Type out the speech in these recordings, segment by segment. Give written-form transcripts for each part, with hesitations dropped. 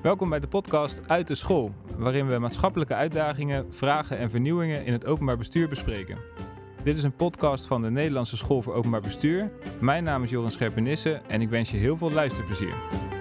Welkom bij de podcast Uit de School, waarin we maatschappelijke uitdagingen, vragen en vernieuwingen in het openbaar bestuur bespreken. Dit is een podcast van de Nederlandse School voor Openbaar Bestuur. Mijn naam is Joran Scherpenisse en ik wens je heel veel luisterplezier.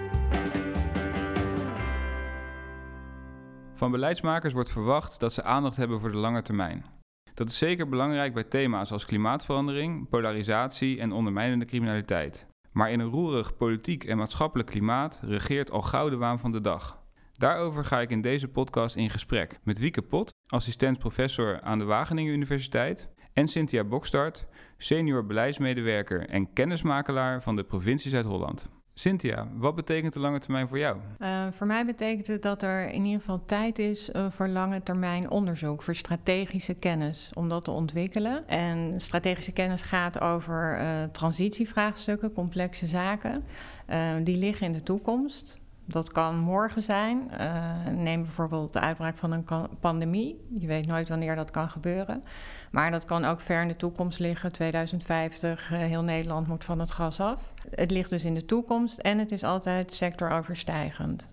Van beleidsmakers wordt verwacht dat ze aandacht hebben voor de lange termijn. Dat is zeker belangrijk bij thema's als klimaatverandering, polarisatie en ondermijnende criminaliteit. Maar in een roerig politiek en maatschappelijk klimaat regeert al gauw de waan van de dag. Daarover ga ik in deze podcast in gesprek met Wieke Pot, assistent professor aan de Wageningen Universiteit, en Cynthia Bokstart, senior beleidsmedewerker en kennismakelaar van de provincie Zuid-Holland. Cynthia, wat betekent de lange termijn voor jou? Voor mij betekent het dat er in ieder geval tijd is voor lange termijn onderzoek, voor strategische kennis, om dat te ontwikkelen. En strategische kennis gaat over transitievraagstukken, complexe zaken. Die liggen in de toekomst. Dat kan morgen zijn. Neem bijvoorbeeld de uitbraak van een pandemie. Je weet nooit wanneer dat kan gebeuren. Maar dat kan ook ver in de toekomst liggen. 2050, heel Nederland moet van het gas af. Het ligt dus in de toekomst en het is altijd sectoroverstijgend.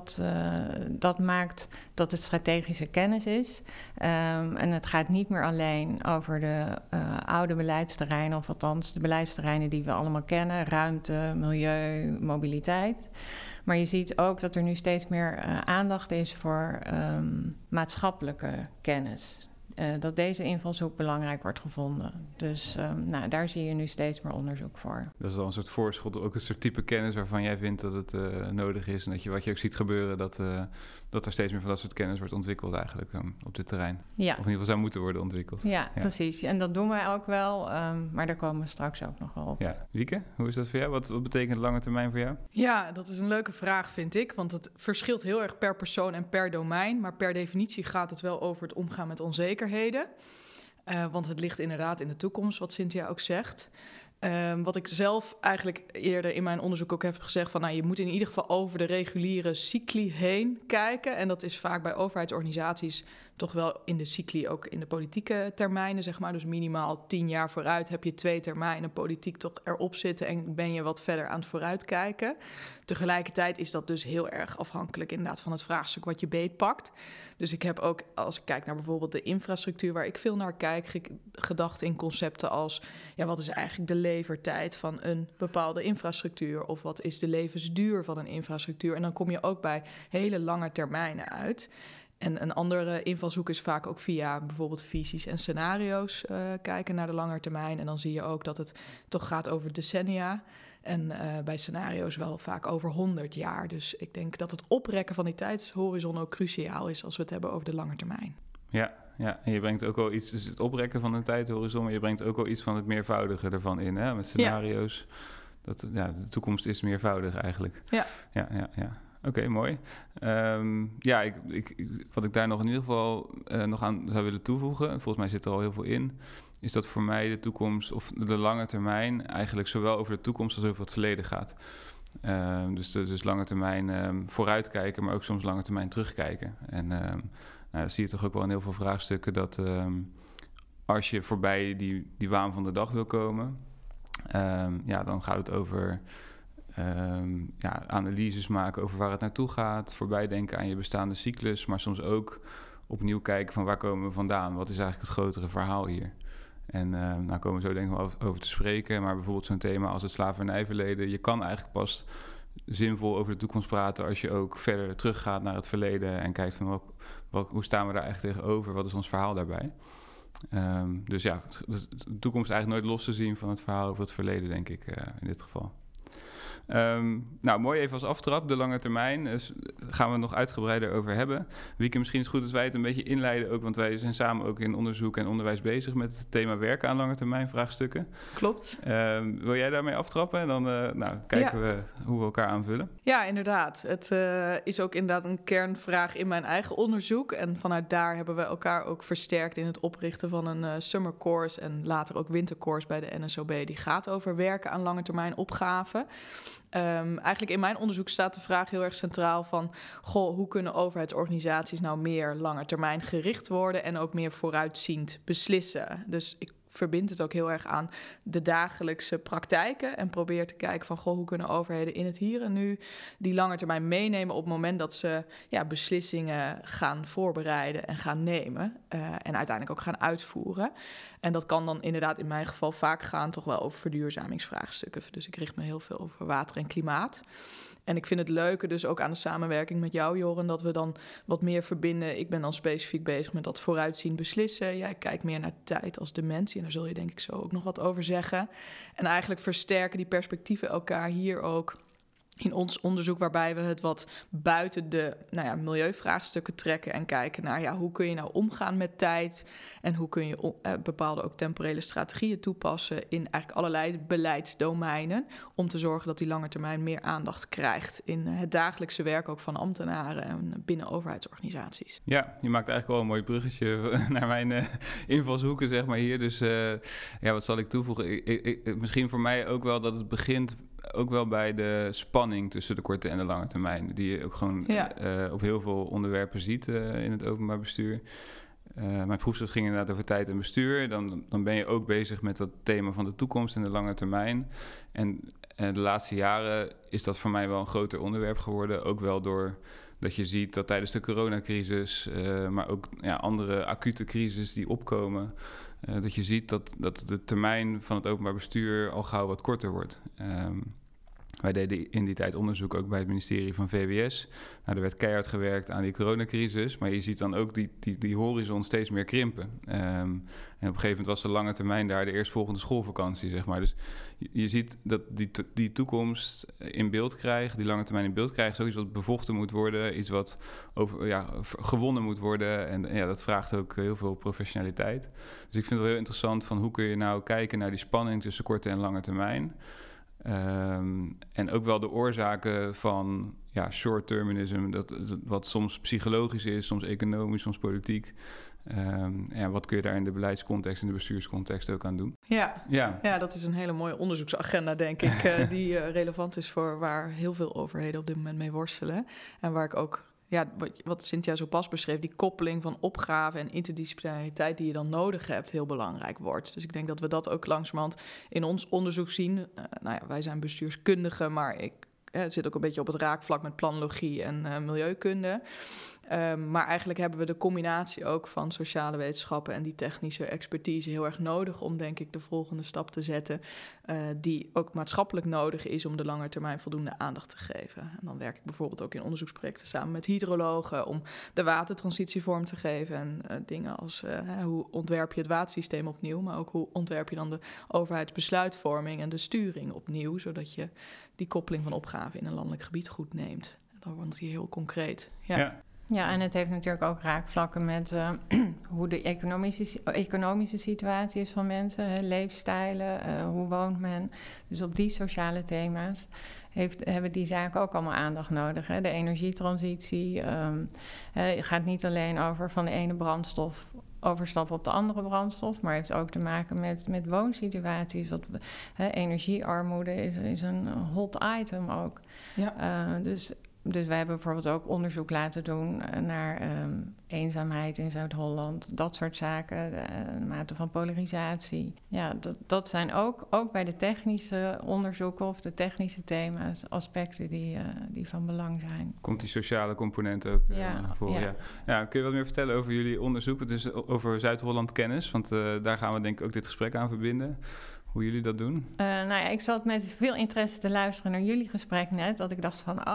Dat maakt dat het strategische kennis is. En het gaat niet meer alleen over de oude beleidsterreinen, of althans de beleidsterreinen die we allemaal kennen. Ruimte, milieu, mobiliteit. Maar je ziet ook dat er nu steeds meer aandacht is voor maatschappelijke kennis. Dat deze invalshoek belangrijk wordt gevonden. Dus daar zie je nu steeds meer onderzoek voor. Dat is al een soort voorschot, ook een soort type kennis waarvan jij vindt dat het nodig is. En dat je wat je ook ziet gebeuren, dat er steeds meer van dat soort kennis wordt ontwikkeld eigenlijk op dit terrein. Ja. Of in ieder geval zou moeten worden ontwikkeld. Ja, precies. En dat doen wij ook wel, maar daar komen we straks ook nog wel op. Ja. Wieke, hoe is dat voor jou? Wat betekent lange termijn voor jou? Ja, dat is een leuke vraag, vind ik. Want het verschilt heel erg per persoon en per domein. Maar per definitie gaat het wel over het omgaan met onzekerheden. Want het ligt inderdaad in de toekomst, wat Cynthia ook zegt. Wat ik zelf eigenlijk eerder in mijn onderzoek ook heb gezegd, van je moet in ieder geval over de reguliere cycli heen kijken. En dat is vaak bij overheidsorganisaties toch wel in de cycli, ook in de politieke termijnen, zeg maar. Dus minimaal 10 jaar vooruit heb je 2 termijnen politiek toch erop zitten en ben je wat verder aan het vooruitkijken. Tegelijkertijd is dat dus heel erg afhankelijk inderdaad van het vraagstuk wat je beetpakt. Dus ik heb ook, als ik kijk naar bijvoorbeeld de infrastructuur waar ik veel naar kijk, gedacht in concepten als, wat is eigenlijk de levertijd van een bepaalde infrastructuur? Of wat is de levensduur van een infrastructuur? En dan kom je ook bij hele lange termijnen uit. En een andere invalshoek is vaak ook via bijvoorbeeld visies en scenario's kijken naar de lange termijn. En dan zie je ook dat het toch gaat over decennia. En bij scenario's wel vaak over 100 jaar. Dus ik denk dat het oprekken van die tijdshorizon ook cruciaal is als we het hebben over de lange termijn. Ja, en je brengt ook wel iets, dus het oprekken van een tijdhorizon, maar je brengt ook wel iets van het meervoudige ervan in, hè? Met scenario's. Ja. De toekomst is meervoudig eigenlijk. Ja. Oké, mooi. Wat ik daar nog in ieder geval nog aan zou willen toevoegen, volgens mij zit er al heel veel in, is dat voor mij de toekomst of de lange termijn eigenlijk zowel over de toekomst als over het verleden gaat. Dus lange termijn vooruitkijken, maar ook soms lange termijn terugkijken. En dan zie je toch ook wel in heel veel vraagstukken dat als je voorbij die waan van de dag wil komen, dan gaat het over analyses maken over waar het naartoe gaat, voorbij denken aan je bestaande cyclus, maar soms ook opnieuw kijken van waar komen we vandaan, wat is eigenlijk het grotere verhaal hier. En daar komen we zo denk ik over te spreken, maar bijvoorbeeld zo'n thema als het slavernijverleden, je kan eigenlijk pas zinvol over de toekomst praten als je ook verder teruggaat naar het verleden en kijkt van hoe staan we daar eigenlijk tegenover, wat is ons verhaal daarbij. Dus de toekomst eigenlijk nooit los te zien van het verhaal over het verleden, denk ik, in dit geval. Mooi even als aftrap, de lange termijn. Dus gaan we nog uitgebreider over hebben. Wieke, misschien is het goed dat wij het een beetje inleiden ook, want wij zijn samen ook in onderzoek en onderwijs bezig met het thema werken aan lange termijn vraagstukken. Klopt. Wil jij daarmee aftrappen en dan kijken we hoe we elkaar aanvullen? Ja, inderdaad. Het is ook inderdaad een kernvraag in mijn eigen onderzoek en vanuit daar hebben we elkaar ook versterkt in het oprichten van een summer course en later ook wintercourse bij de NSOB. Die gaat over werken aan lange termijn opgaven. Eigenlijk in mijn onderzoek staat de vraag heel erg centraal van, hoe kunnen overheidsorganisaties nou meer langetermijn gericht worden en ook meer vooruitziend beslissen? Dus ik verbind het ook heel erg aan de dagelijkse praktijken en probeer te kijken van, hoe kunnen overheden in het hier en nu die langetermijn meenemen op het moment dat ze beslissingen gaan voorbereiden en gaan nemen en uiteindelijk ook gaan uitvoeren. En dat kan dan inderdaad in mijn geval vaak gaan toch wel over verduurzamingsvraagstukken. Dus ik richt me heel veel over water en klimaat. En ik vind het leuke dus ook aan de samenwerking met jou, Joren, dat we dan wat meer verbinden. Ik ben dan specifiek bezig met dat vooruitziend beslissen. Jij kijkt meer naar tijd als dimensie. En daar zul je denk ik zo ook nog wat over zeggen. En eigenlijk versterken die perspectieven elkaar hier ook in ons onderzoek, waarbij we het wat buiten de milieuvraagstukken trekken en kijken naar hoe kun je nou omgaan met tijd en hoe kun je bepaalde ook temporele strategieën toepassen in eigenlijk allerlei beleidsdomeinen om te zorgen dat die lange termijn meer aandacht krijgt in het dagelijkse werk ook van ambtenaren en binnen overheidsorganisaties. Ja, je maakt eigenlijk wel een mooi bruggetje naar mijn invalshoeken, zeg maar hier. Dus wat zal ik toevoegen? Misschien voor mij ook wel dat het begint ook wel bij de spanning tussen de korte en de lange termijn. Die je ook gewoon op heel veel onderwerpen ziet in het openbaar bestuur. Mijn proefschrift ging inderdaad over tijd en bestuur. Dan ben je ook bezig met dat thema van de toekomst en de lange termijn. En de laatste jaren is dat voor mij wel een groter onderwerp geworden. Ook wel door dat je ziet dat tijdens de coronacrisis, maar ook andere acute crisis die opkomen, dat je ziet dat de termijn van het openbaar bestuur al gauw wat korter wordt. Wij deden in die tijd onderzoek ook bij het ministerie van VWS. Er werd keihard gewerkt aan die coronacrisis, maar je ziet dan ook die horizon steeds meer krimpen. En op een gegeven moment was de lange termijn daar de eerstvolgende schoolvakantie, zeg maar. Dus je ziet dat die toekomst in beeld krijgt, die lange termijn in beeld krijgt, zoiets wat bevochten moet worden, iets wat gewonnen moet worden. En dat vraagt ook heel veel professionaliteit. Dus ik vind het wel heel interessant van hoe kun je nou kijken naar die spanning tussen korte en lange termijn. En ook wel de oorzaken van short-terminism, wat soms psychologisch is, soms economisch, soms politiek. Wat kun je daar in de beleidscontext en de bestuurscontext ook aan doen? Ja, dat is een hele mooie onderzoeksagenda, denk ik, die relevant is voor waar heel veel overheden op dit moment mee worstelen. En waar ik ook, wat Cynthia zo pas beschreef, die koppeling van opgave en interdisciplinariteit die je dan nodig hebt, heel belangrijk wordt. Dus ik denk dat we dat ook langzamerhand in ons onderzoek zien. Wij zijn bestuurskundigen, maar het zit ook een beetje op het raakvlak met planologie en milieukunde. Maar eigenlijk hebben we de combinatie ook van sociale wetenschappen en die technische expertise heel erg nodig om, denk ik, de volgende stap te zetten, die ook maatschappelijk nodig is om de lange termijn voldoende aandacht te geven. En dan werk ik bijvoorbeeld ook in onderzoeksprojecten samen met hydrologen om de watertransitie vorm te geven en dingen als hoe ontwerp je het watersysteem opnieuw, maar ook hoe ontwerp je dan de overheidsbesluitvorming en de sturing opnieuw, zodat je die koppeling van opgave in een landelijk gebied goed neemt. Dan wordt het hier heel concreet. Ja, en het heeft natuurlijk ook raakvlakken met hoe de economische situatie is van mensen, leefstijlen, hoe woont men. Dus op die sociale thema's hebben die zaken ook allemaal aandacht nodig. Hè? De energietransitie gaat niet alleen over van de ene brandstof overstappen op de andere brandstof, maar heeft ook te maken met woonsituaties. Energiearmoede is een hot item ook. Ja. Dus wij hebben bijvoorbeeld ook onderzoek laten doen naar eenzaamheid in Zuid-Holland. Dat soort zaken, de mate van polarisatie. Ja, dat zijn ook bij de technische onderzoeken of de technische thema's aspecten die van belang zijn. Komt die sociale component ook voor? Ja, kun je wat meer vertellen over jullie onderzoek? Het is over Zuid-Holland kennis, want daar gaan we denk ik ook dit gesprek aan verbinden. Hoe jullie dat doen? Ik zat met veel interesse te luisteren naar jullie gesprek net. Dat ik dacht van,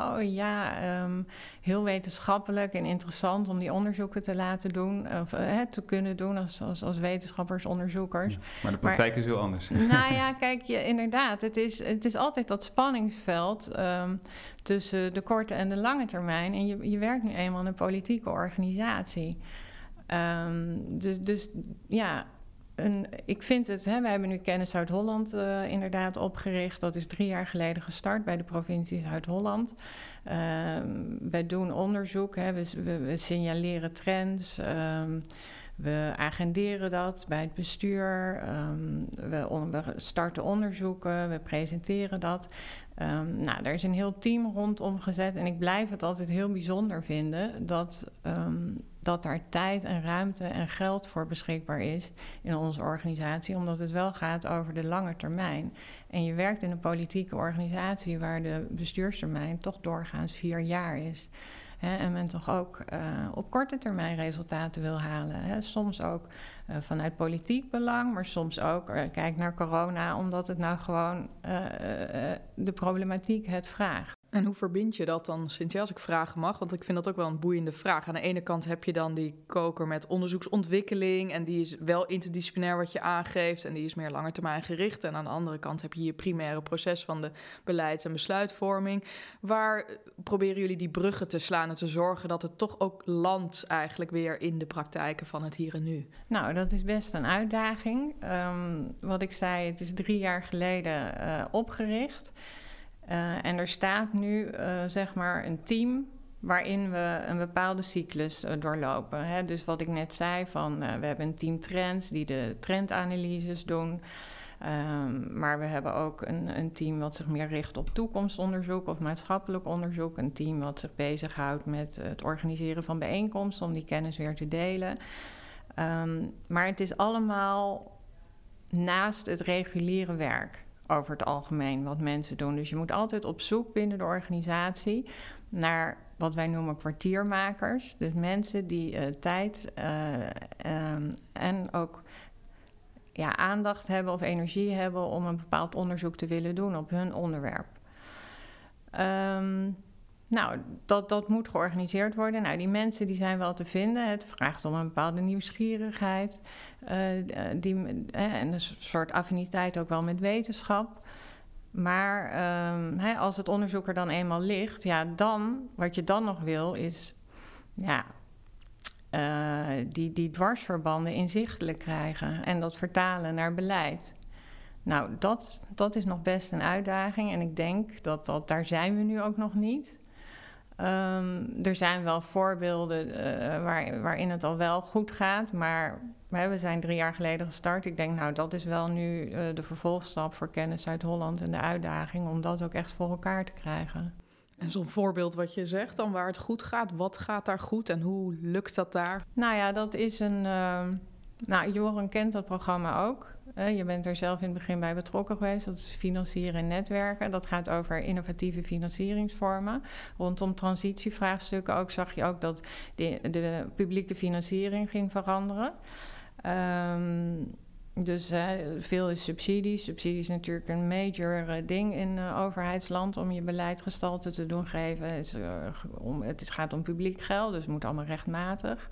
heel wetenschappelijk en interessant om die onderzoeken te laten doen. Of te kunnen doen als wetenschappers, onderzoekers. Ja, maar de praktijk is heel anders. Kijk, inderdaad. Het is altijd dat spanningsveld tussen de korte en de lange termijn. En je werkt nu eenmaal in een politieke organisatie. Ik vind het, we hebben nu Kennis Zuid-Holland inderdaad opgericht. Dat is 3 jaar geleden gestart bij de provincie Zuid-Holland. Wij doen onderzoek, we signaleren trends. We agenderen dat bij het bestuur. We starten onderzoeken, we presenteren dat. Er is een heel team rondom gezet. En ik blijf het altijd heel bijzonder vinden dat daar tijd en ruimte en geld voor beschikbaar is in onze organisatie. Omdat het wel gaat over de lange termijn. En je werkt in een politieke organisatie waar de bestuurstermijn toch doorgaans 4 jaar is. En men toch ook op korte termijn resultaten wil halen. Soms ook vanuit politiek belang, maar soms ook kijk naar corona, omdat het nou gewoon de problematiek het vraagt. En hoe verbind je dat dan, Cynthia, als ik vragen mag? Want ik vind dat ook wel een boeiende vraag. Aan de ene kant heb je dan die koker met onderzoeksontwikkeling en die is wel interdisciplinair wat je aangeeft en die is meer langetermijn gericht. En aan de andere kant heb je je primaire proces van de beleids- en besluitvorming. Waar proberen jullie die bruggen te slaan en te zorgen dat het toch ook landt eigenlijk weer in de praktijken van het hier en nu? Nou, dat is best een uitdaging. Wat ik zei, het is 3 jaar geleden opgericht. En er staat nu een team waarin we een bepaalde cyclus doorlopen. Hè? Dus wat ik net zei, we hebben een team trends die de trendanalyses doen. Maar we hebben ook een team wat zich meer richt op toekomstonderzoek of maatschappelijk onderzoek. Een team wat zich bezighoudt met het organiseren van bijeenkomsten om die kennis weer te delen. Maar het is allemaal naast het reguliere werk over het algemeen wat mensen doen. Dus je moet altijd op zoek binnen de organisatie naar wat wij noemen kwartiermakers. Dus mensen die tijd en ook aandacht hebben of energie hebben om een bepaald onderzoek te willen doen op hun onderwerp. Dat moet georganiseerd worden. Nou, die mensen die zijn wel te vinden. Het vraagt om een bepaalde nieuwsgierigheid. En een soort affiniteit ook wel met wetenschap. Maar als het onderzoek er dan eenmaal ligt, wat je dan nog wil is die dwarsverbanden inzichtelijk krijgen en dat vertalen naar beleid. Nou, dat is nog best een uitdaging en ik denk dat daar zijn we nu ook nog niet. Er zijn wel voorbeelden waarin het al wel goed gaat, maar we zijn 3 jaar geleden gestart. Ik denk, dat is wel nu de vervolgstap voor Kennis Zuid-Holland en de uitdaging om dat ook echt voor elkaar te krijgen. En zo'n voorbeeld wat je zegt dan waar het goed gaat, wat gaat daar goed en hoe lukt dat daar? Dat is Joren kent dat programma ook. Je bent er zelf in het begin bij betrokken geweest. Dat is financieren en netwerken. Dat gaat over innovatieve financieringsvormen. Rondom transitievraagstukken ook zag je ook dat de publieke financiering ging veranderen. Veel is subsidies. Subsidie is natuurlijk een major ding in overheidsland om je beleid gestalte te doen geven. Het gaat om publiek geld, dus het moet allemaal rechtmatig.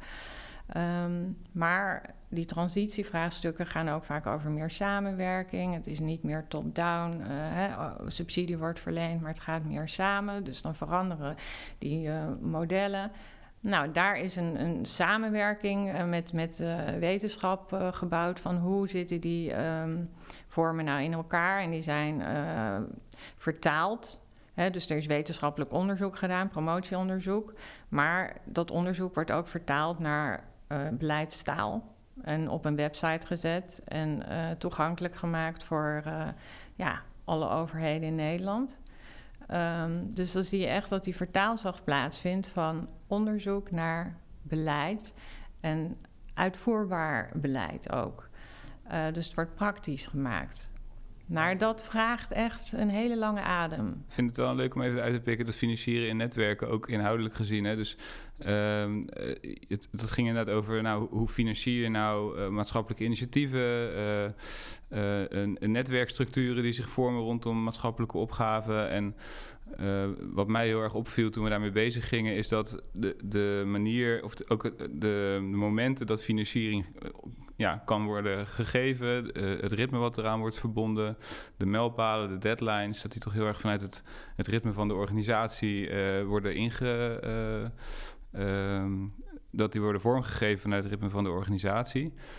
Maar die transitievraagstukken gaan ook vaak over meer samenwerking. Het is niet meer top-down. Subsidie wordt verleend, maar het gaat meer samen. Dus dan veranderen die modellen. Nou, daar is een samenwerking met wetenschap gebouwd van hoe zitten die vormen nou in elkaar. En die zijn vertaald. Dus er is wetenschappelijk onderzoek gedaan, promotieonderzoek. Maar dat onderzoek wordt ook vertaald naar beleidstaal en op een website gezet en toegankelijk gemaakt voor alle overheden in Nederland. Dus dan zie je echt dat die vertaalslag plaatsvindt van onderzoek naar beleid en uitvoerbaar beleid ook. Dus het wordt praktisch gemaakt. Maar dat vraagt echt een hele lange adem. Ik vind het wel leuk om even uit te pikken dat financieren in netwerken ook inhoudelijk gezien. Hè? Dus dat ging inderdaad over hoe financier je maatschappelijke initiatieven, netwerkstructuren die zich vormen rondom maatschappelijke opgaven. En wat mij heel erg opviel toen we daarmee bezig gingen, is dat de manier of ook de momenten dat financiering kan worden gegeven, het ritme wat eraan wordt verbonden, de mijlpalen, de deadlines, dat die toch heel erg vanuit het ritme van de organisatie worden dat die worden vormgegeven vanuit het ritme van de organisatie.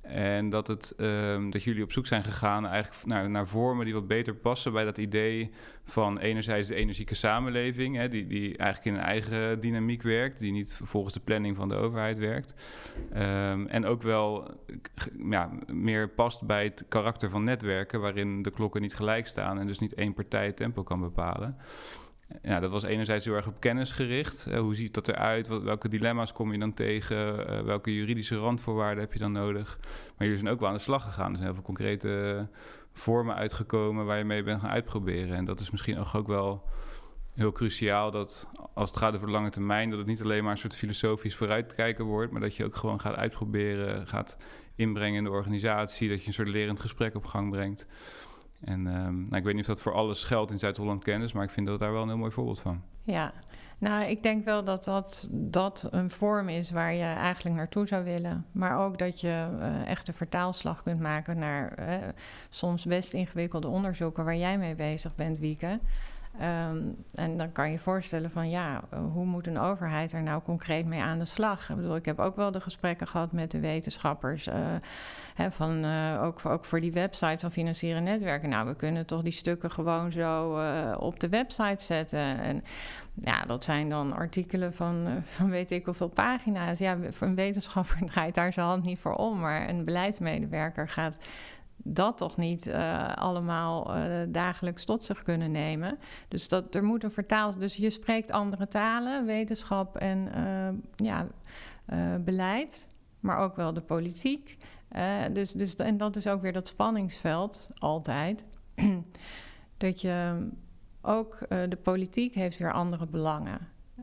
En dat jullie op zoek zijn gegaan eigenlijk naar vormen die wat beter passen bij dat idee van enerzijds de energieke samenleving, hè, die eigenlijk in een eigen dynamiek werkt, die niet volgens de planning van de overheid werkt. En ook wel meer past bij het karakter van netwerken, waarin de klokken niet gelijk staan en dus niet één partij het tempo kan bepalen. Ja, dat was enerzijds heel erg op kennis gericht. Hoe ziet dat eruit? Welke dilemma's kom je dan tegen? Welke juridische randvoorwaarden heb je dan nodig? Maar jullie zijn ook wel aan de slag gegaan. Er zijn heel veel concrete vormen uitgekomen waar je mee bent gaan uitproberen. En dat is misschien ook wel heel cruciaal dat als het gaat over de lange termijn, dat het niet alleen maar een soort filosofisch vooruitkijken wordt, maar dat je ook gewoon gaat uitproberen, gaat inbrengen in de organisatie, dat je een soort lerend gesprek op gang brengt. En ik weet niet of dat voor alles geldt in Zuid-Holland Kennis, maar ik vind dat daar wel een heel mooi voorbeeld van. Ja, nou, ik denk wel dat een vorm is waar je eigenlijk naartoe zou willen. Maar ook dat je echt een vertaalslag kunt maken naar soms best ingewikkelde onderzoeken waar jij mee bezig bent, Wieke. En dan kan je je voorstellen van hoe moet een overheid er nou concreet mee aan de slag? Ik bedoel, ik heb ook wel de gesprekken gehad met de wetenschappers, ook voor die website van Financieren Netwerken. Nou, we kunnen toch die stukken gewoon zo op de website zetten. En ja, dat zijn dan artikelen van weet ik hoeveel pagina's. Ja, voor een wetenschapper draait daar zijn hand niet voor om, maar een beleidsmedewerker gaat dat toch niet allemaal dagelijks tot zich kunnen nemen. Dus er moet een dus je spreekt andere talen, wetenschap en beleid, maar ook wel de politiek. En dat is ook weer dat spanningsveld altijd. Dat je ook de politiek heeft weer andere belangen.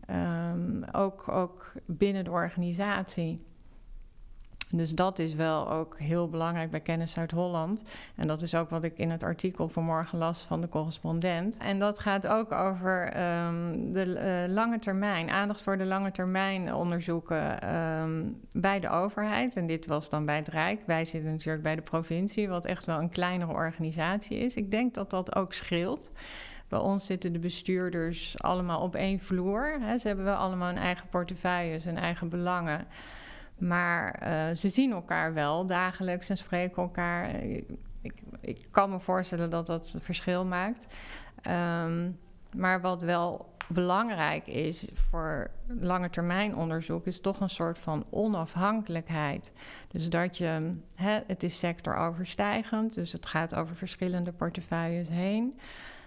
Ook binnen de organisatie. Dus dat is wel ook heel belangrijk bij Kennis Zuid-Holland. En dat is ook wat ik in het artikel vanmorgen las van de correspondent. En dat gaat ook over de lange termijn, aandacht voor de lange termijn onderzoeken bij de overheid. En dit was dan bij het Rijk. Wij zitten natuurlijk bij de provincie, wat echt wel een kleinere organisatie is. Ik denk dat dat ook scheelt. Bij ons zitten de bestuurders allemaal op één vloer. Ze hebben wel allemaal hun eigen portefeuilles en eigen belangen. Maar ze zien elkaar wel dagelijks en spreken elkaar. Ik kan me voorstellen dat dat verschil maakt. Maar wat wel belangrijk is voor langetermijnonderzoek is toch een soort van onafhankelijkheid. Dus dat het is sectoroverstijgend, dus het gaat over verschillende portefeuilles heen.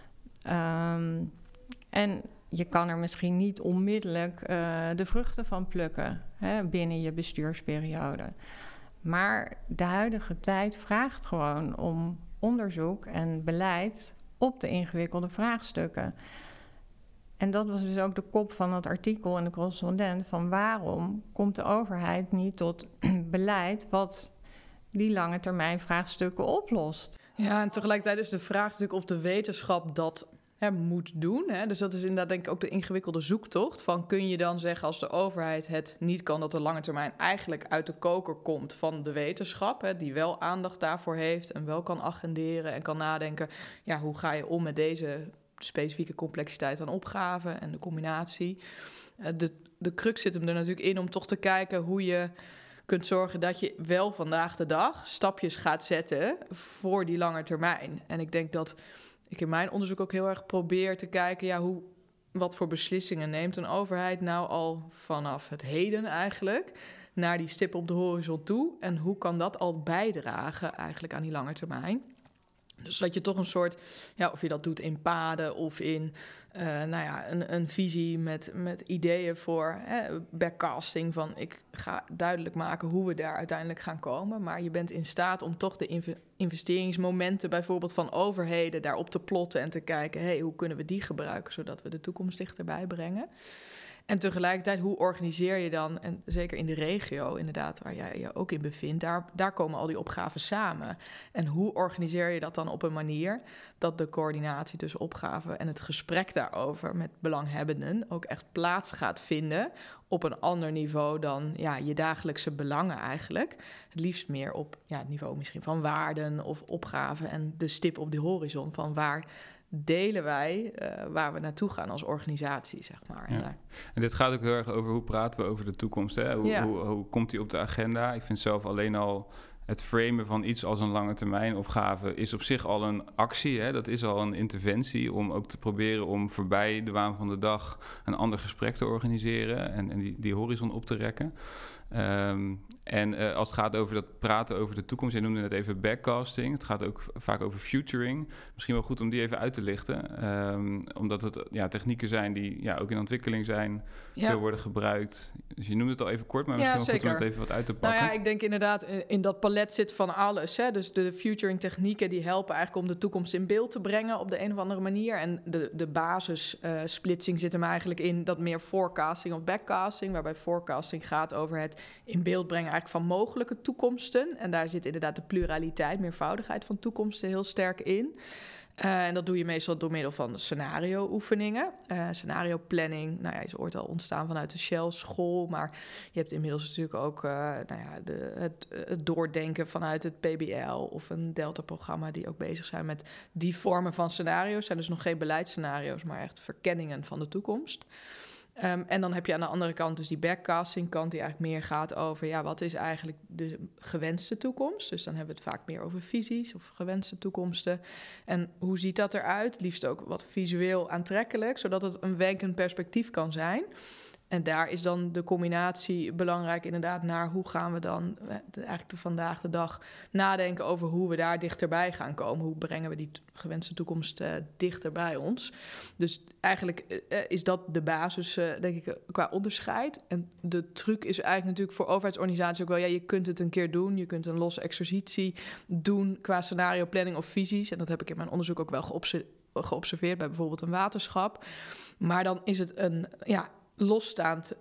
En je kan er misschien niet onmiddellijk de vruchten van plukken binnen je bestuursperiode. Maar de huidige tijd vraagt gewoon om onderzoek en beleid op de ingewikkelde vraagstukken. En dat was dus ook de kop van het artikel in de correspondent van waarom komt de overheid niet tot beleid wat die lange termijn vraagstukken oplost. Ja, en tegelijkertijd is de vraag natuurlijk of de wetenschap dat moet doen. Hè? Dus dat is inderdaad denk ik ook de ingewikkelde zoektocht. Van kun je dan zeggen als de overheid het niet kan, dat de lange termijn eigenlijk uit de koker komt van de wetenschap, die wel aandacht daarvoor heeft en wel kan agenderen en kan nadenken, hoe ga je om met deze specifieke complexiteit aan opgaven en de combinatie. De crux zit hem er natuurlijk in om toch te kijken hoe je kunt zorgen dat je wel vandaag de dag stapjes gaat zetten voor die lange termijn. En ik denk dat ik in mijn onderzoek ook heel erg probeer te kijken, wat voor beslissingen neemt een overheid nou al vanaf het heden eigenlijk naar die stip op de horizon toe en hoe kan dat al bijdragen eigenlijk aan die lange termijn. Dus dat je toch een soort, of je dat doet in paden of in een visie met ideeën voor backcasting van ik ga duidelijk maken hoe we daar uiteindelijk gaan komen. Maar je bent in staat om toch de investeringsmomenten bijvoorbeeld van overheden daarop te plotten en te kijken, hoe kunnen we die gebruiken zodat we de toekomst dichterbij brengen. En tegelijkertijd, hoe organiseer je dan, en zeker in de regio inderdaad, waar jij je ook in bevindt, daar komen al die opgaven samen. En hoe organiseer je dat dan op een manier dat de coördinatie tussen opgaven en het gesprek daarover met belanghebbenden ook echt plaats gaat vinden op een ander niveau dan je dagelijkse belangen eigenlijk. Het liefst meer op het niveau misschien van waarden of opgaven en de stip op de horizon van waar delen wij waar we naartoe gaan als organisatie, zeg maar. Ja. En dit gaat ook heel erg over hoe praten we over de toekomst. Hè? Hoe komt die op de agenda? Ik vind zelf alleen al het framen van iets als een lange termijn opgave is op zich al een actie. Hè? Dat is al een interventie om ook te proberen om voorbij de waan van de dag een ander gesprek te organiseren en die horizon op te rekken. Als het gaat over dat praten over de toekomst, jij noemde net even backcasting. Het gaat ook vaak over futuring. Misschien wel goed om die even uit te lichten. Omdat het technieken zijn die ook in ontwikkeling zijn, veel worden gebruikt. Dus je noemde het al even kort, maar misschien wel goed om het even wat uit te pakken. Nou ja, ik denk inderdaad in dat palet zit van alles. Hè? Dus de futuring technieken die helpen eigenlijk om de toekomst in beeld te brengen op de een of andere manier. En de basissplitsing zit hem eigenlijk in dat meer forecasting of backcasting, waarbij forecasting gaat over het in beeld brengen eigenlijk van mogelijke toekomsten. En daar zit inderdaad de pluraliteit, meervoudigheid van toekomsten heel sterk in. En dat doe je meestal door middel van scenario-oefeningen. Scenario planning, is ooit al ontstaan vanuit de Shell-school. Maar je hebt inmiddels natuurlijk ook het doordenken vanuit het PBL of een Delta-programma die ook bezig zijn met die vormen van scenario's. Het zijn dus nog geen beleidsscenario's, maar echt verkenningen van de toekomst. En dan heb je aan de andere kant dus die backcasting kant die eigenlijk meer gaat over wat is eigenlijk de gewenste toekomst. Dus dan hebben we het vaak meer over visies of gewenste toekomsten. En hoe ziet dat eruit? Liefst ook wat visueel aantrekkelijk, zodat het een wenkend perspectief kan zijn. En daar is dan de combinatie belangrijk inderdaad naar hoe gaan we dan eigenlijk vandaag de dag nadenken over hoe we daar dichterbij gaan komen. Hoe brengen we die gewenste toekomst dichter bij ons? Dus eigenlijk is dat de basis, denk ik, qua onderscheid. En de truc is eigenlijk natuurlijk voor overheidsorganisaties ook wel, je kunt het een keer doen. Je kunt een losse exercitie doen qua scenario planning of visies. En dat heb ik in mijn onderzoek ook wel geobserveerd bij bijvoorbeeld een waterschap. Maar dan is het een losstaande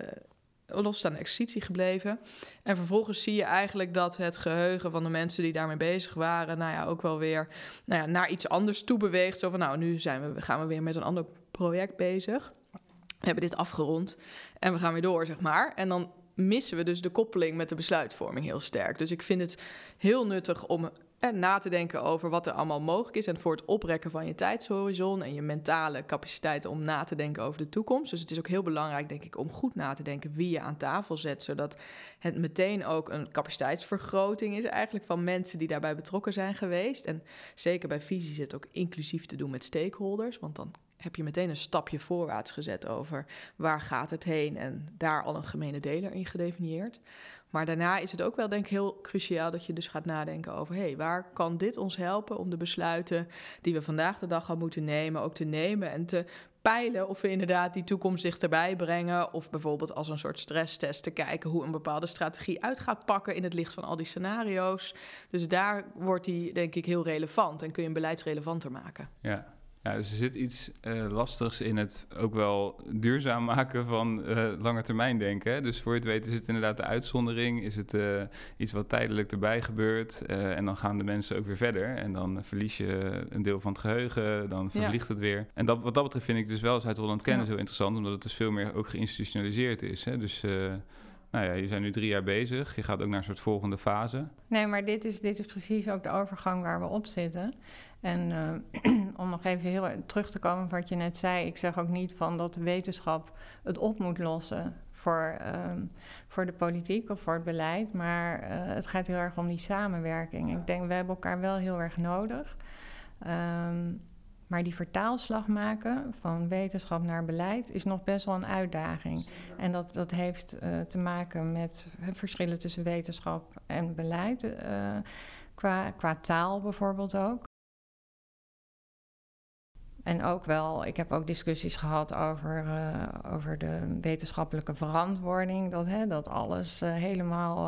exercitie gebleven. En vervolgens zie je eigenlijk dat het geheugen van de mensen die daarmee bezig waren, ook wel weer naar iets anders toe beweegt. Zo van, nu gaan we weer met een ander project bezig. We hebben dit afgerond en we gaan weer door, zeg maar. En dan missen we dus de koppeling met de besluitvorming heel sterk. Dus ik vind het heel nuttig om na te denken over wat er allemaal mogelijk is en voor het oprekken van je tijdshorizon en je mentale capaciteiten om na te denken over de toekomst. Dus het is ook heel belangrijk, denk ik, om goed na te denken wie je aan tafel zet, zodat het meteen ook een capaciteitsvergroting is eigenlijk van mensen die daarbij betrokken zijn geweest. En zeker bij visie is het ook inclusief te doen met stakeholders, want dan heb je meteen een stapje voorwaarts gezet over waar gaat het heen en daar al een gemene deler in gedefinieerd. Maar daarna is het ook wel, denk ik, heel cruciaal dat je dus gaat nadenken over, waar kan dit ons helpen om de besluiten die we vandaag de dag al moeten nemen, ook te nemen en te peilen of we inderdaad die toekomst dichterbij brengen. Of bijvoorbeeld als een soort stresstest te kijken hoe een bepaalde strategie uit gaat pakken in het licht van al die scenario's. Dus daar wordt die, denk ik, heel relevant en kun je een beleidsrelevanter maken. Ja. Ja, dus er zit iets lastigs in het ook wel duurzaam maken van lange termijn denken. Hè? Dus voor je het weet is het inderdaad de uitzondering. Is het iets wat tijdelijk erbij gebeurt. En dan gaan de mensen ook weer verder. En dan verlies je een deel van het geheugen. Dan vervliegt het weer. En wat dat betreft vind ik dus wel Zuid-Holland Kennis heel interessant. Omdat het dus veel meer ook geïnstitutionaliseerd is. Hè? Dus je zijn nu 3 jaar bezig. Je gaat ook naar een soort volgende fase. Nee, maar dit is precies ook de overgang waar we op zitten. En om nog even heel terug te komen op wat je net zei. Ik zeg ook niet van dat de wetenschap het op moet lossen voor de politiek of voor het beleid. Maar het gaat heel erg om die samenwerking. Ik denk, we hebben elkaar wel heel erg nodig. Maar die vertaalslag maken van wetenschap naar beleid is nog best wel een uitdaging. En dat heeft te maken met verschillen tussen wetenschap en beleid. Qua taal bijvoorbeeld ook. En ook wel, ik heb ook discussies gehad over de wetenschappelijke verantwoording. Dat alles helemaal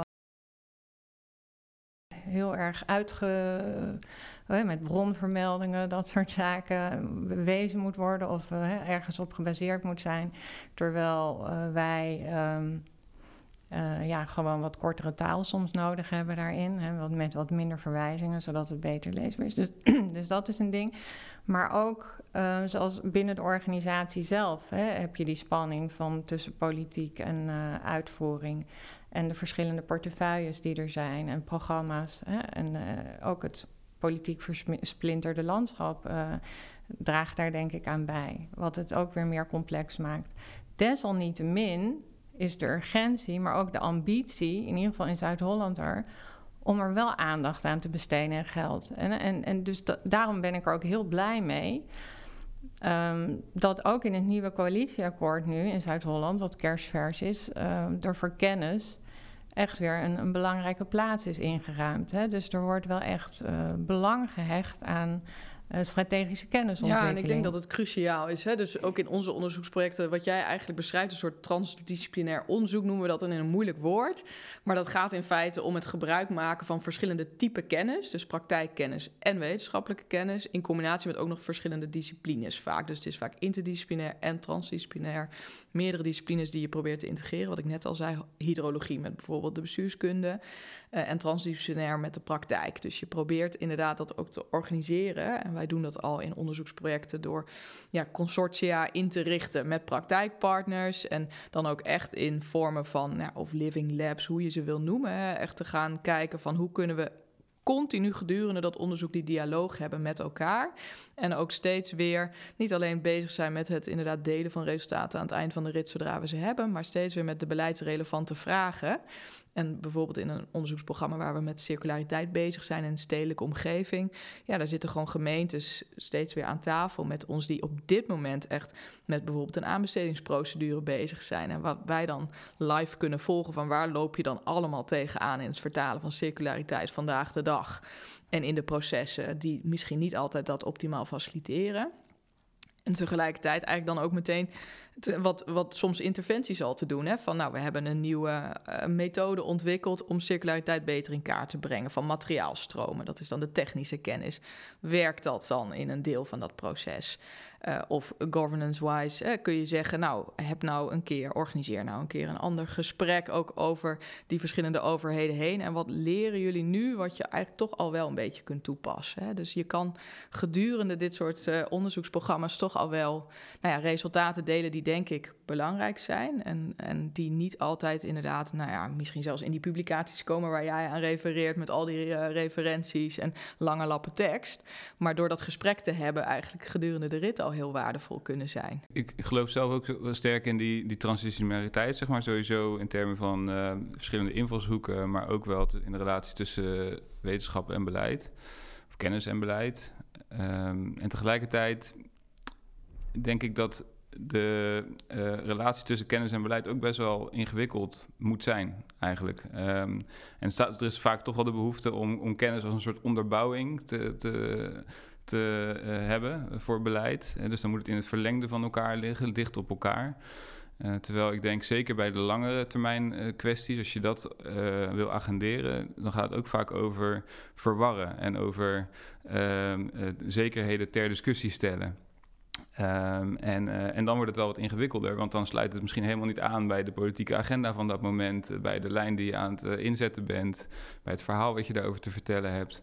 heel erg met bronvermeldingen, dat soort zaken, bewezen moet worden of ergens op gebaseerd moet zijn. Terwijl wij gewoon wat kortere taal soms nodig hebben daarin. Met wat minder verwijzingen, zodat het beter leesbaar is. Dus dat is een ding. Maar ook, zoals binnen de organisatie zelf, heb je die spanning van tussen politiek en uitvoering. En de verschillende portefeuilles die er zijn en programma's. En ook het politiek versplinterde landschap draagt daar denk ik aan bij. Wat het ook weer meer complex maakt. Desalniettemin is de urgentie, maar ook de ambitie, in ieder geval in Zuid-Holland om er wel aandacht aan te besteden en geld. En dus daarom ben ik er ook heel blij mee. Dat ook in het nieuwe coalitieakkoord nu in Zuid-Holland, wat kerstvers is, er voor kennis echt weer een belangrijke plaats is ingeruimd. Hè? Dus er wordt wel echt belang gehecht aan strategische kennisontwikkeling. Ja, en ik denk dat het cruciaal is. Hè? Dus ook in onze onderzoeksprojecten, wat jij eigenlijk beschrijft, een soort transdisciplinair onderzoek, noemen we dat in een moeilijk woord. Maar dat gaat in feite om het gebruik maken van verschillende typen kennis, dus praktijkkennis en wetenschappelijke kennis, in combinatie met ook nog verschillende disciplines vaak. Dus het is vaak interdisciplinair en transdisciplinair. Meerdere disciplines die je probeert te integreren. Wat ik net al zei, hydrologie met bijvoorbeeld de bestuurskunde. En transdisciplinair met de praktijk. Dus je probeert inderdaad dat ook te organiseren. En wij doen dat al in onderzoeksprojecten door consortia in te richten met praktijkpartners. En dan ook echt in vormen van of living labs, hoe je ze wil noemen. Hè. Echt te gaan kijken van hoe kunnen we continu gedurende dat onderzoek die dialoog hebben met elkaar. En ook steeds weer niet alleen bezig zijn met het inderdaad delen van resultaten aan het eind van de rit zodra we ze hebben, maar steeds weer met de beleidsrelevante vragen. En bijvoorbeeld in een onderzoeksprogramma waar we met circulariteit bezig zijn in een stedelijke omgeving. Ja, daar zitten gewoon gemeentes steeds weer aan tafel met ons die op dit moment echt met bijvoorbeeld een aanbestedingsprocedure bezig zijn. En wat wij dan live kunnen volgen van waar loop je dan allemaal tegenaan in het vertalen van circulariteit vandaag de dag. En in de processen die misschien niet altijd dat optimaal faciliteren. En tegelijkertijd eigenlijk dan ook meteen wat soms interventies al te doen. Hè? Van we hebben een nieuwe methode ontwikkeld om circulariteit beter in kaart te brengen van materiaalstromen. Dat is dan de technische kennis. Werkt dat dan in een deel van dat proces? Of governance-wise kun je zeggen, organiseer nou een keer een ander gesprek ook over die verschillende overheden heen. En wat leren jullie nu wat je eigenlijk toch al wel een beetje kunt toepassen? Hè? Dus je kan gedurende dit soort onderzoeksprogramma's toch al wel resultaten delen die denk ik belangrijk zijn. En die niet altijd inderdaad, misschien zelfs in die publicaties komen waar jij aan refereert met al die referenties en lange lappen tekst. Maar door dat gesprek te hebben eigenlijk gedurende de rit al heel waardevol kunnen zijn. Ik geloof zelf ook wel sterk in die transdisciplinariteit, zeg maar, sowieso in termen van verschillende invalshoeken, maar ook wel in de relatie tussen wetenschap en beleid, of kennis en beleid. En tegelijkertijd denk ik dat de relatie tussen kennis en beleid ook best wel ingewikkeld moet zijn, eigenlijk. En er is vaak toch wel de behoefte om kennis als een soort onderbouwing te hebben voor beleid. Dus dan moet het in het verlengde van elkaar liggen, dicht op elkaar. Terwijl ik denk, zeker bij de langere termijn kwesties, als je dat wil agenderen, dan gaat het ook vaak over verwarren en over zekerheden ter discussie stellen. En dan wordt het wel wat ingewikkelder, want dan sluit het misschien helemaal niet aan bij de politieke agenda van dat moment, bij de lijn die je aan het inzetten bent, bij het verhaal wat je daarover te vertellen hebt.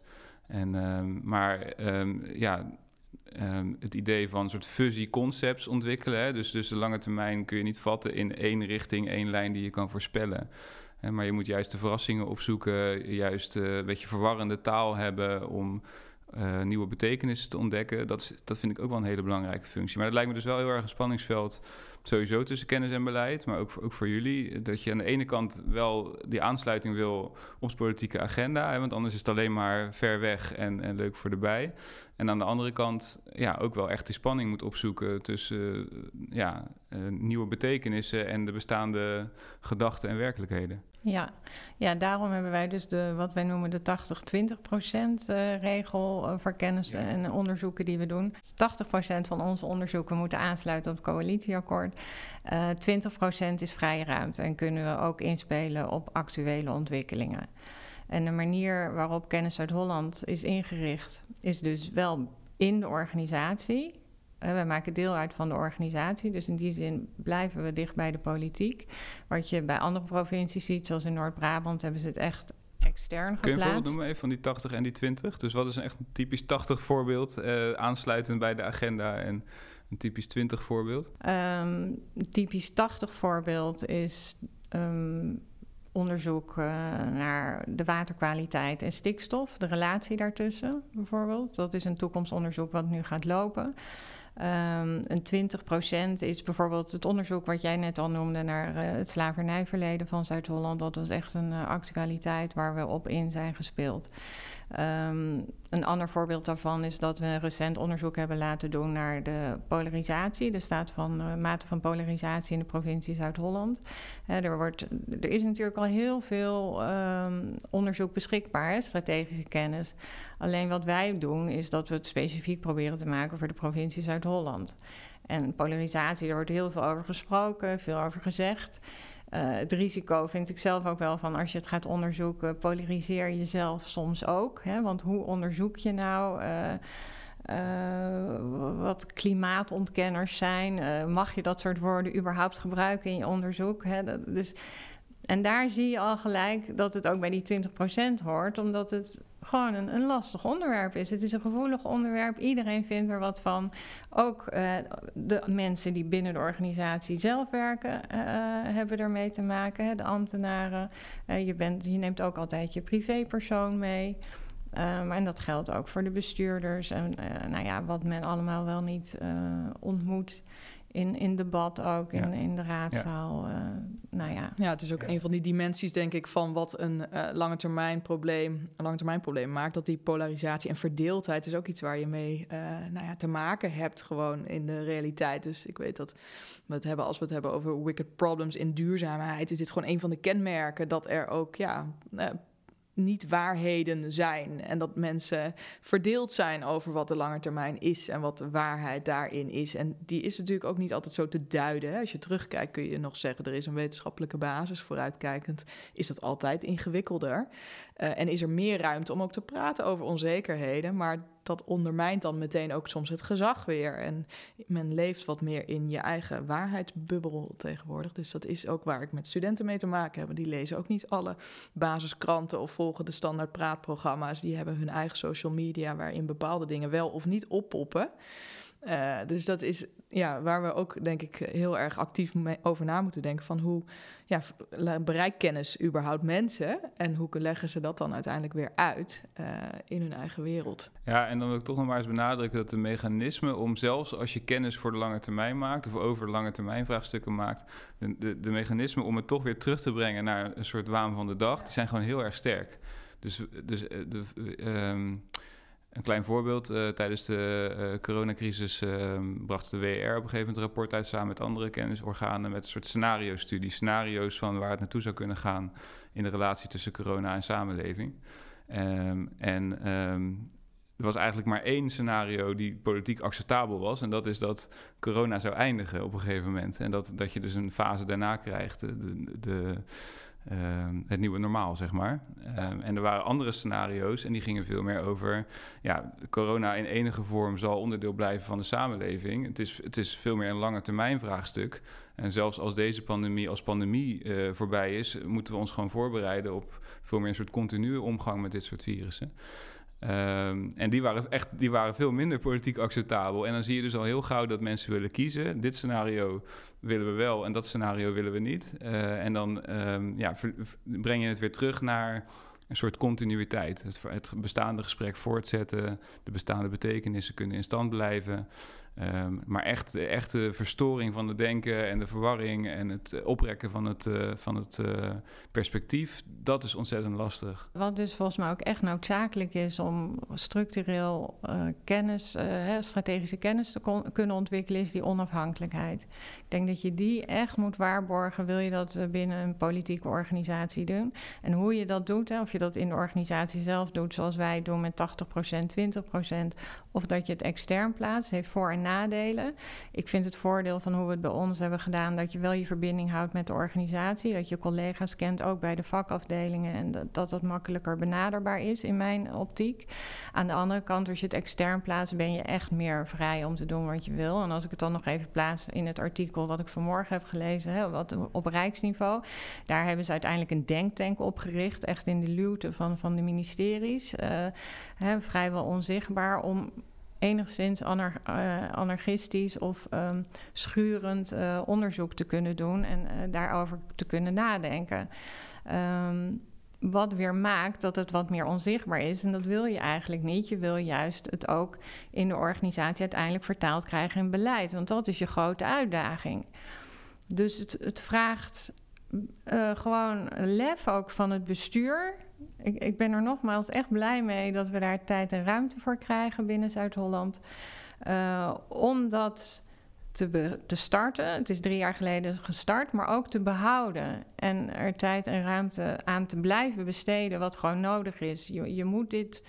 Het idee van een soort fuzzy-concepts ontwikkelen. Hè? Dus de lange termijn kun je niet vatten in één richting, één lijn die je kan voorspellen. Maar je moet juist de verrassingen opzoeken, juist een beetje verwarrende taal hebben om nieuwe betekenissen te ontdekken. Dat vind ik ook wel een hele belangrijke functie. Maar dat lijkt me dus wel heel erg een spanningsveld sowieso tussen kennis en beleid, maar ook voor jullie. Dat je aan de ene kant wel die aansluiting wil op de politieke agenda, hè, want anders is het alleen maar ver weg en leuk voor de bij. En aan de andere kant ook wel echt die spanning moet opzoeken tussen nieuwe betekenissen en de bestaande gedachten en werkelijkheden. Ja, daarom hebben wij dus wat wij noemen de 80-20% regel voor kennis en onderzoeken die we doen. Dus 80% van onze onderzoeken moeten aansluiten op het coalitieakkoord. 20% is vrije ruimte en kunnen we ook inspelen op actuele ontwikkelingen. En de manier waarop Kennis Zuid-Holland is ingericht is dus wel in de organisatie. Wij maken deel uit van de organisatie, dus in die zin blijven we dicht bij de politiek. Wat je bij andere provincies ziet, zoals in Noord-Brabant, hebben ze het echt extern geplaatst. Kun je een voorbeeld noemen even van die 80 en die 20? Dus wat is een typisch 80 voorbeeld, aansluitend bij de agenda en een typisch 20 voorbeeld? Typisch 80 voorbeeld is onderzoek naar de waterkwaliteit en stikstof, de relatie daartussen bijvoorbeeld. Dat is een toekomstonderzoek wat nu gaat lopen. Een 20% is bijvoorbeeld het onderzoek wat jij net al noemde naar het slavernijverleden van Zuid-Holland. Dat was echt een actualiteit waar we op in zijn gespeeld. Een ander voorbeeld daarvan is dat we een recent onderzoek hebben laten doen naar de polarisatie, de staat van mate van polarisatie in de provincie Zuid-Holland. Er is natuurlijk al heel veel onderzoek beschikbaar, hè, strategische kennis. Alleen wat wij doen is dat we het specifiek proberen te maken voor de provincie Zuid-Holland. En polarisatie, daar wordt heel veel over gesproken, veel over gezegd. Het risico vind ik zelf ook wel van als je het gaat onderzoeken, polariseer jezelf soms ook. Hè? Want hoe onderzoek je nou wat klimaatontkenners zijn? Mag je dat soort woorden überhaupt gebruiken in je onderzoek? Hè? En daar zie je al gelijk dat het ook bij die 20% hoort, omdat het gewoon een lastig onderwerp is. Het is een gevoelig onderwerp, iedereen vindt er wat van. Ook de mensen die binnen de organisatie zelf werken hebben ermee te maken, hè, de ambtenaren. Je neemt ook altijd je privépersoon mee. En dat geldt ook voor de bestuurders. En wat men allemaal wel niet ontmoet in debat ook, in de raadzaal. Ja, het is ook een van die dimensies, denk ik, van wat een langetermijn probleem maakt. Dat die polarisatie en verdeeldheid is ook iets waar je mee te maken hebt gewoon in de realiteit. Dus ik weet dat als we het hebben over wicked problems in duurzaamheid, is dit gewoon een van de kenmerken dat er ook niet waarheden zijn en dat mensen verdeeld zijn over wat de lange termijn is en wat de waarheid daarin is. En die is natuurlijk ook niet altijd zo te duiden. Hè? Als je terugkijkt kun je nog zeggen, er is een wetenschappelijke basis. Vooruitkijkend is dat altijd ingewikkelder. En is er meer ruimte om ook te praten over onzekerheden, maar dat ondermijnt dan meteen ook soms het gezag weer. En men leeft wat meer in je eigen waarheidsbubbel tegenwoordig. Dus dat is ook waar ik met studenten mee te maken heb. Die lezen ook niet alle basiskranten of volgen de standaard praatprogramma's. Die hebben hun eigen social media waarin bepaalde dingen wel of niet oppoppen. Dus dat is waar we ook, denk ik, heel erg actief over na moeten denken van hoe bereikt kennis überhaupt mensen en hoe leggen ze dat dan uiteindelijk weer uit in hun eigen wereld. Ja, en dan wil ik toch nog maar eens benadrukken dat de mechanismen om zelfs als je kennis voor de lange termijn maakt of over lange termijn vraagstukken maakt, de mechanismen om het toch weer terug te brengen naar een soort waan van de dag, die zijn gewoon heel erg sterk. Een klein voorbeeld, tijdens de coronacrisis bracht de WR op een gegeven moment een rapport uit samen met andere kennisorganen met een soort scenario-studie. Scenario's van waar het naartoe zou kunnen gaan in de relatie tussen corona en samenleving. Er was eigenlijk maar één scenario die politiek acceptabel was. En dat is dat corona zou eindigen op een gegeven moment. En dat je dus een fase daarna krijgt, het nieuwe normaal, zeg maar. En er waren andere scenario's en die gingen veel meer over corona in enige vorm zal onderdeel blijven van de samenleving. Het is veel meer een lange termijn vraagstuk. En zelfs als deze pandemie voorbij is, moeten we ons gewoon voorbereiden op veel meer een soort continue omgang met dit soort virussen. En die waren veel minder politiek acceptabel. En dan zie je dus al heel gauw dat mensen willen kiezen. Dit scenario willen we wel en dat scenario willen we niet. En dan breng je het weer terug naar een soort continuïteit. Het bestaande gesprek voortzetten, de bestaande betekenissen kunnen in stand blijven. Maar echt de verstoring van het denken en de verwarring en het oprekken van het perspectief, dat is ontzettend lastig. Wat dus volgens mij ook echt noodzakelijk is om structureel strategische kennis te kunnen ontwikkelen, is die onafhankelijkheid. Ik denk dat je die echt moet waarborgen, wil je dat binnen een politieke organisatie doen. En hoe je dat doet, of je dat in de organisatie zelf doet, zoals wij doen met 80%, 20%, of dat je het extern plaatst, heeft voor- en nadelen. Ik vind het voordeel van hoe we het bij ons hebben gedaan, dat je wel je verbinding houdt met de organisatie, dat je collega's kent, ook bij de vakafdelingen, en dat makkelijker benaderbaar is in mijn optiek. Aan de andere kant, als je het extern plaatst, ben je echt meer vrij om te doen wat je wil. En als ik het dan nog even plaats in het artikel wat ik vanmorgen heb gelezen, wat op rijksniveau, daar hebben ze uiteindelijk een denktank opgericht, echt in de luwte van de ministeries, vrijwel onzichtbaar, om enigszins anarchistisch of schurend onderzoek te kunnen doen en daarover te kunnen nadenken. wat weer maakt dat het wat meer onzichtbaar is. En dat wil je eigenlijk niet. Je wil juist het ook in de organisatie uiteindelijk vertaald krijgen in beleid. Want dat is je grote uitdaging. Dus het vraagt gewoon lef ook van het bestuur. Ik ben er nogmaals echt blij mee dat we daar tijd en ruimte voor krijgen binnen Zuid-Holland. Om dat te starten. Het is 3 jaar geleden gestart, maar ook te behouden. En er tijd en ruimte aan te blijven besteden wat gewoon nodig is. Je moet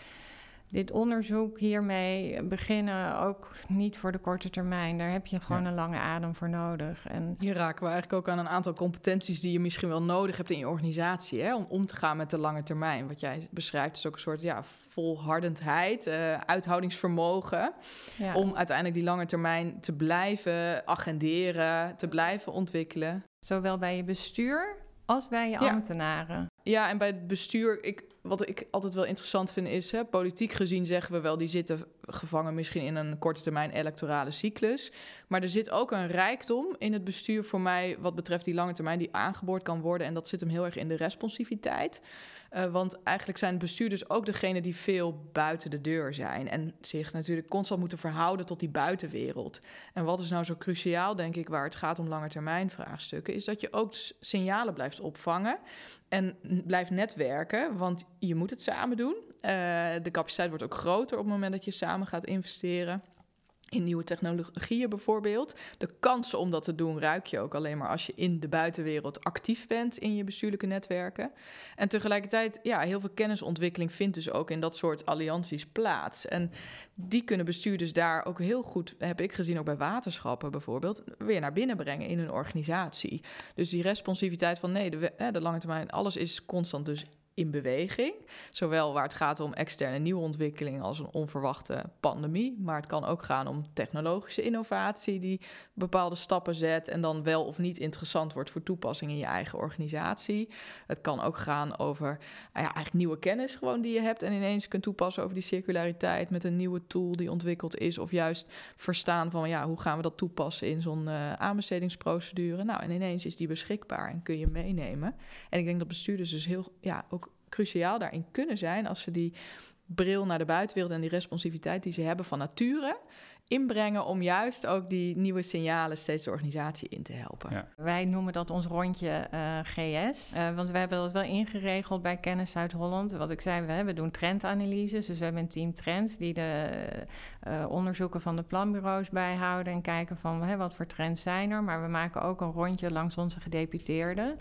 dit onderzoek hiermee beginnen, ook niet voor de korte termijn. Daar heb je gewoon een lange adem voor nodig. En hier raken we eigenlijk ook aan een aantal competenties die je misschien wel nodig hebt in je organisatie, hè, om te gaan met de lange termijn. Wat jij beschrijft is ook een soort volhardendheid, uithoudingsvermogen, om uiteindelijk die lange termijn te blijven agenderen, te blijven ontwikkelen. Zowel bij je bestuur als bij je ambtenaren. Ja, en bij het bestuur, wat ik altijd wel interessant vind is, politiek gezien zeggen we wel, die zitten gevangen misschien in een korte termijn electorale cyclus. Maar er zit ook een rijkdom in het bestuur voor mij wat betreft die lange termijn die aangeboord kan worden. En dat zit hem heel erg in de responsiviteit. Want eigenlijk zijn bestuurders ook degene die veel buiten de deur zijn. En zich natuurlijk constant moeten verhouden tot die buitenwereld. En wat is nou zo cruciaal, denk ik, waar het gaat om langetermijn vraagstukken, is dat je ook signalen blijft opvangen en blijft netwerken. Want je moet het samen doen. De capaciteit wordt ook groter op het moment dat je samen gaat investeren. In nieuwe technologieën bijvoorbeeld. De kansen om dat te doen ruik je ook alleen maar als je in de buitenwereld actief bent in je bestuurlijke netwerken. En tegelijkertijd, heel veel kennisontwikkeling vindt dus ook in dat soort allianties plaats. En die kunnen bestuurders daar ook heel goed, heb ik gezien ook bij waterschappen bijvoorbeeld, weer naar binnen brengen in hun organisatie. Dus die responsiviteit van de lange termijn, alles is constant dus in beweging. Zowel waar het gaat om externe nieuwe ontwikkelingen als een onverwachte pandemie. Maar het kan ook gaan om technologische innovatie die bepaalde stappen zet en dan wel of niet interessant wordt voor toepassing in je eigen organisatie. Het kan ook gaan over eigenlijk nieuwe kennis gewoon die je hebt en ineens kunt toepassen over die circulariteit met een nieuwe tool die ontwikkeld is. Of juist verstaan van hoe gaan we dat toepassen in zo'n aanbestedingsprocedure. Nou, en ineens is die beschikbaar en kun je meenemen. En ik denk dat bestuurders dus ook cruciaal daarin kunnen zijn als ze die bril naar de buitenwereld en die responsiviteit die ze hebben van nature inbrengen om juist ook die nieuwe signalen steeds de organisatie in te helpen. Ja. Wij noemen dat ons rondje GS, want we hebben dat wel ingeregeld bij Kennis Zuid-Holland. Wat ik zei, we doen trendanalyses, dus we hebben een team trends die de onderzoeken van de planbureaus bijhouden en kijken van wat voor trends zijn er. Maar we maken ook een rondje langs onze gedeputeerden.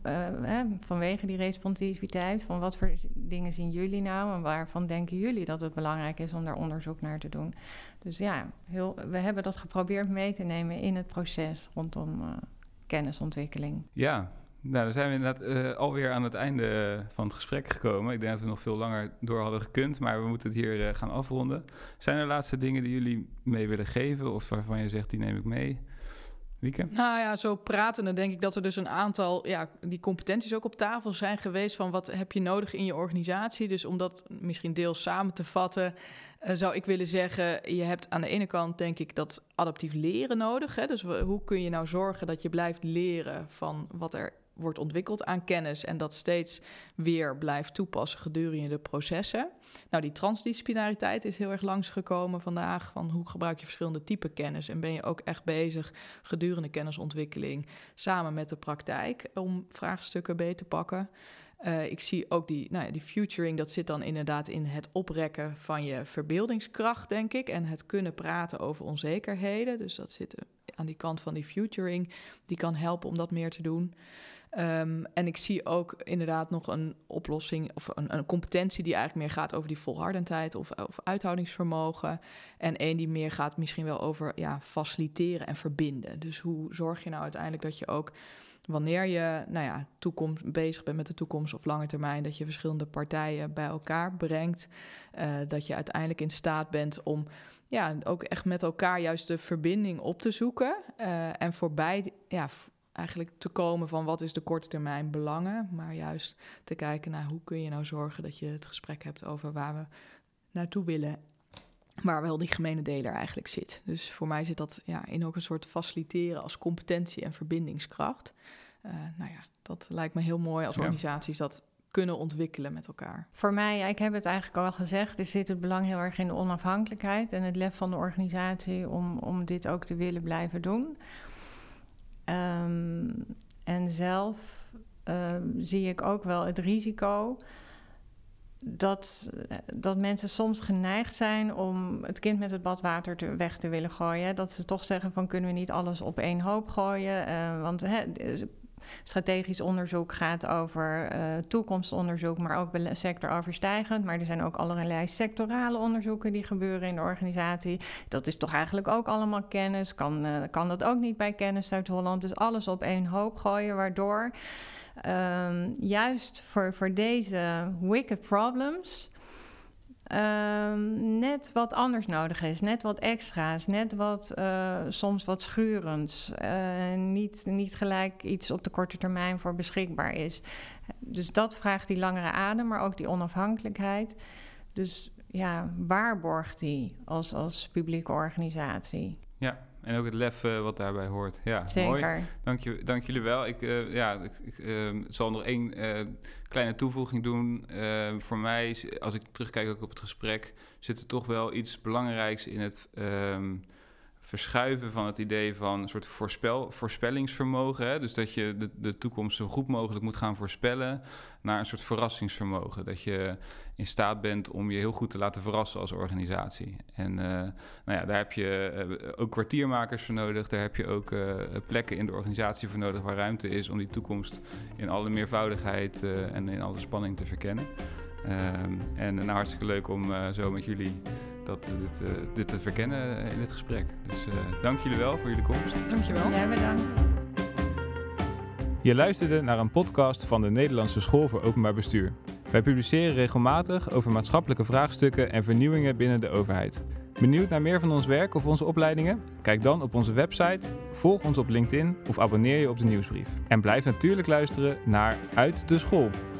Vanwege die responsiviteit, van wat voor dingen zien jullie nou en waarvan denken jullie dat het belangrijk is om daar onderzoek naar te doen. Dus we hebben dat geprobeerd mee te nemen in het proces rondom kennisontwikkeling. Ja, nou dan zijn we inderdaad alweer aan het einde van het gesprek gekomen. Ik denk dat we nog veel langer door hadden gekund, maar we moeten het hier gaan afronden. Zijn er laatste dingen die jullie mee willen geven of waarvan je zegt die neem ik mee? Wieke? Nou ja, zo pratende denk ik dat er dus een aantal die competenties ook op tafel zijn geweest van wat heb je nodig in je organisatie. Dus om dat misschien deels samen te vatten, zou ik willen zeggen, je hebt aan de ene kant denk ik dat adaptief leren nodig. Hè? Dus hoe kun je nou zorgen dat je blijft leren van wat er wordt ontwikkeld aan kennis en dat steeds weer blijft toepassen gedurende de processen. Nou, die transdisciplinariteit is heel erg langsgekomen vandaag, van hoe gebruik je verschillende typen kennis en ben je ook echt bezig gedurende kennisontwikkeling samen met de praktijk om vraagstukken beter te pakken. Ik zie ook die futuring, dat zit dan inderdaad in het oprekken van je verbeeldingskracht, denk ik, en het kunnen praten over onzekerheden. Dus dat zit aan die kant van die futuring, die kan helpen om dat meer te doen. En ik zie ook inderdaad nog een oplossing of een competentie die eigenlijk meer gaat over die volhardendheid of uithoudingsvermogen. En één die meer gaat misschien wel over faciliteren en verbinden. Dus hoe zorg je nou uiteindelijk dat je ook wanneer je bezig bent met de toekomst of lange termijn, dat je verschillende partijen bij elkaar brengt. Dat je uiteindelijk in staat bent om ook echt met elkaar juist de verbinding op te zoeken. En voorbij eigenlijk te komen van wat is de korte termijn belangen, maar juist te kijken naar hoe kun je nou zorgen dat je het gesprek hebt over waar we naartoe willen, waar wel die gemene deler eigenlijk zit. Dus voor mij zit dat in ook een soort faciliteren als competentie en verbindingskracht. Dat lijkt me heel mooi als organisaties dat kunnen ontwikkelen met elkaar? Voor mij, ik heb het eigenlijk al gezegd, zit het belang heel erg in de onafhankelijkheid en het lef van de organisatie om dit ook te willen blijven doen. En zelf zie ik ook wel het risico dat mensen soms geneigd zijn om het kind met het badwater weg te willen gooien. Dat ze toch zeggen van kunnen we niet alles op één hoop gooien. Want strategisch onderzoek gaat over toekomstonderzoek, maar ook sectoroverstijgend. Maar er zijn ook allerlei sectorale onderzoeken die gebeuren in de organisatie. Dat is toch eigenlijk ook allemaal kennis. Kan dat ook niet bij Kennis Zuid-Holland. Dus alles op één hoop gooien, waardoor juist voor deze wicked problems net wat anders nodig is. Net wat extra's, net wat soms wat schurends. Niet gelijk iets op de korte termijn voor beschikbaar is. Dus dat vraagt die langere adem, maar ook die onafhankelijkheid. Dus ja, waarborgt die als publieke organisatie? Ja, en ook het lef wat daarbij hoort. Ja, zeker. Mooi. Dank jullie wel. Ik zal nog één kleine toevoeging doen. Voor mij, als ik terugkijk ook op het gesprek, zit er toch wel iets belangrijks in het verschuiven van het idee van een soort voorspellingsvermogen. Hè? Dus dat je de toekomst zo goed mogelijk moet gaan voorspellen naar een soort verrassingsvermogen. Dat je in staat bent om je heel goed te laten verrassen als organisatie. En daar heb je ook kwartiermakers voor nodig. Daar heb je ook plekken in de organisatie voor nodig waar ruimte is om die toekomst in alle meervoudigheid en in alle spanning te verkennen. En hartstikke leuk om zo met jullie dit te verkennen in dit gesprek. Dus dank jullie wel voor jullie komst. Dank je wel. Ja, bedankt. Je luisterde naar een podcast van de Nederlandse School voor Openbaar Bestuur. Wij publiceren regelmatig over maatschappelijke vraagstukken en vernieuwingen binnen de overheid. Benieuwd naar meer van ons werk of onze opleidingen? Kijk dan op onze website, volg ons op LinkedIn of abonneer je op de nieuwsbrief. En blijf natuurlijk luisteren naar Uit de School.